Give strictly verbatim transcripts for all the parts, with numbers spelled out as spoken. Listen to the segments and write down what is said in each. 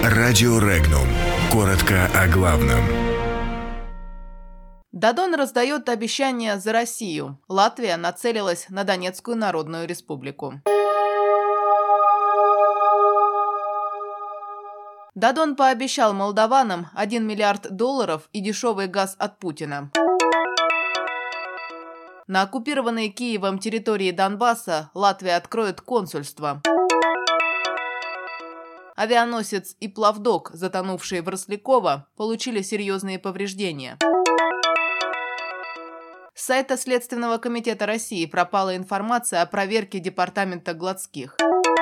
Радио Регнум. Коротко о главном. Дадон раздает обещания за Россию. Латвия нацелилась на Донецкую Народную Республику. Дадон пообещал молдаванам один миллиард долларов и дешевый газ от Путина. На оккупированной Киевом территории Донбасса Латвия откроет консульство. Авианосец и плавдок, затонувшие в Росляково, получили серьезные повреждения. С сайта Следственного комитета России пропала информация о проверке департамента Гладских.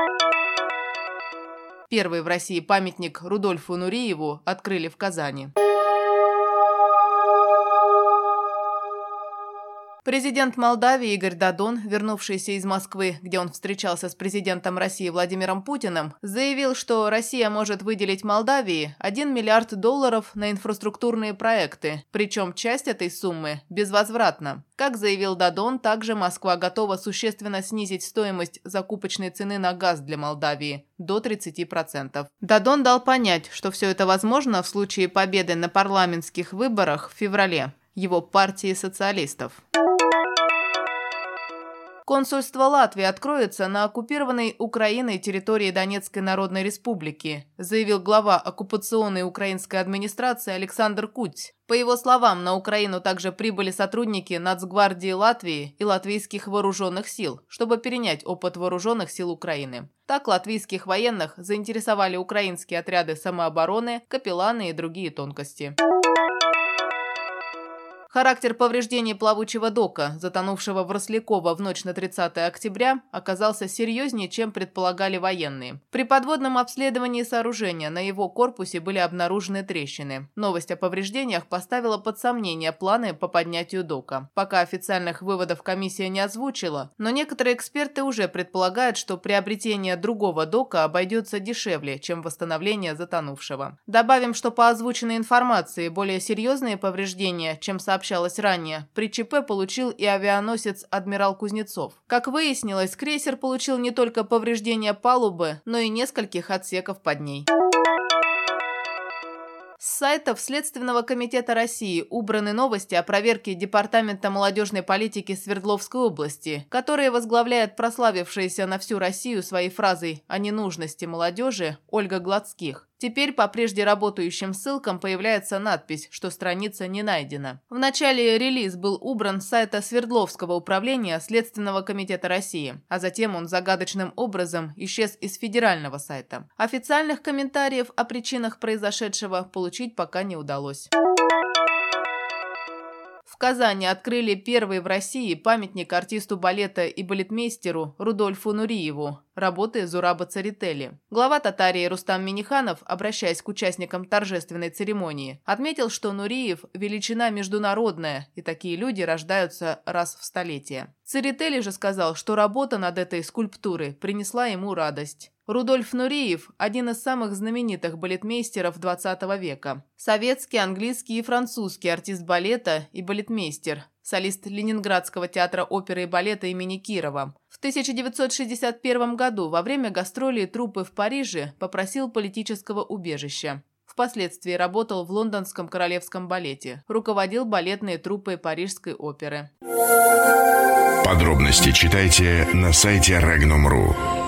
Первый в России памятник Рудольфу Нуриеву открыли в Казани. Президент Молдавии Игорь Дадон, вернувшийся из Москвы, где он встречался с президентом России Владимиром Путиным, заявил, что Россия может выделить Молдавии один миллиард долларов на инфраструктурные проекты, причем часть этой суммы безвозвратна. Как заявил Дадон, также Москва готова существенно снизить стоимость закупочной цены на газ для Молдавии до тридцати процентов. Дадон дал понять, что все это возможно в случае победы на парламентских выборах в феврале его партии социалистов. Консульство Латвии откроется на оккупированной Украиной территории Донецкой Народной Республики, заявил глава оккупационной украинской администрации Александр Куть. По его словам, на Украину также прибыли сотрудники Нацгвардии Латвии и латвийских вооруженных сил, чтобы перенять опыт вооруженных сил Украины. Так латвийских военных заинтересовали украинские отряды самообороны, капелланы и другие тонкости. Характер повреждений плавучего дока, затонувшего в Росляково в ночь на тридцатое октября, оказался серьезнее, чем предполагали военные. При подводном обследовании сооружения на его корпусе были обнаружены трещины. Новость о повреждениях поставила под сомнение планы по поднятию дока. Пока официальных выводов комиссия не озвучила, но некоторые эксперты уже предполагают, что приобретение другого дока обойдется дешевле, чем восстановление затонувшего. Добавим, что по озвученной информации более серьезные повреждения, чем сообщалось Сообщалось ранее, при ЧП получил и авианосец «Адмирал Кузнецов». Как выяснилось, крейсер получил не только повреждения палубы, но и нескольких отсеков под ней. С сайтов Следственного комитета России убраны новости о проверке Департамента молодежной политики Свердловской области, которые возглавляет прославившаяся на всю Россию своей фразой о ненужности молодежи Ольга Гладских. Теперь по прежде работающим ссылкам появляется надпись, что страница не найдена. В начале релиз был убран с сайта Свердловского управления Следственного комитета России, а затем он загадочным образом исчез из федерального сайта. Официальных комментариев о причинах произошедшего получить пока не удалось. В Казани открыли первый в России памятник артисту балета и балетмейстеру Рудольфу Нуриеву, работы Зураба Церетели. Глава Татарии Рустам Минниханов, обращаясь к участникам торжественной церемонии, отметил, что Нуриев – величина международная, и такие люди рождаются раз в столетие. Церетели же сказал, что работа над этой скульптурой принесла ему радость. Рудольф Нуриев – один из самых знаменитых балетмейстеров двадцатого века. Советский, английский и французский артист балета и балетмейстер, солист Ленинградского театра оперы и балета имени Кирова. В тысяча девятьсот шестьдесят первом году во время гастролей труппы в Париже попросил политического убежища. Впоследствии работал в лондонском королевском балете, руководил балетной труппой Парижской оперы. Подробности читайте на сайте регнум точка ру.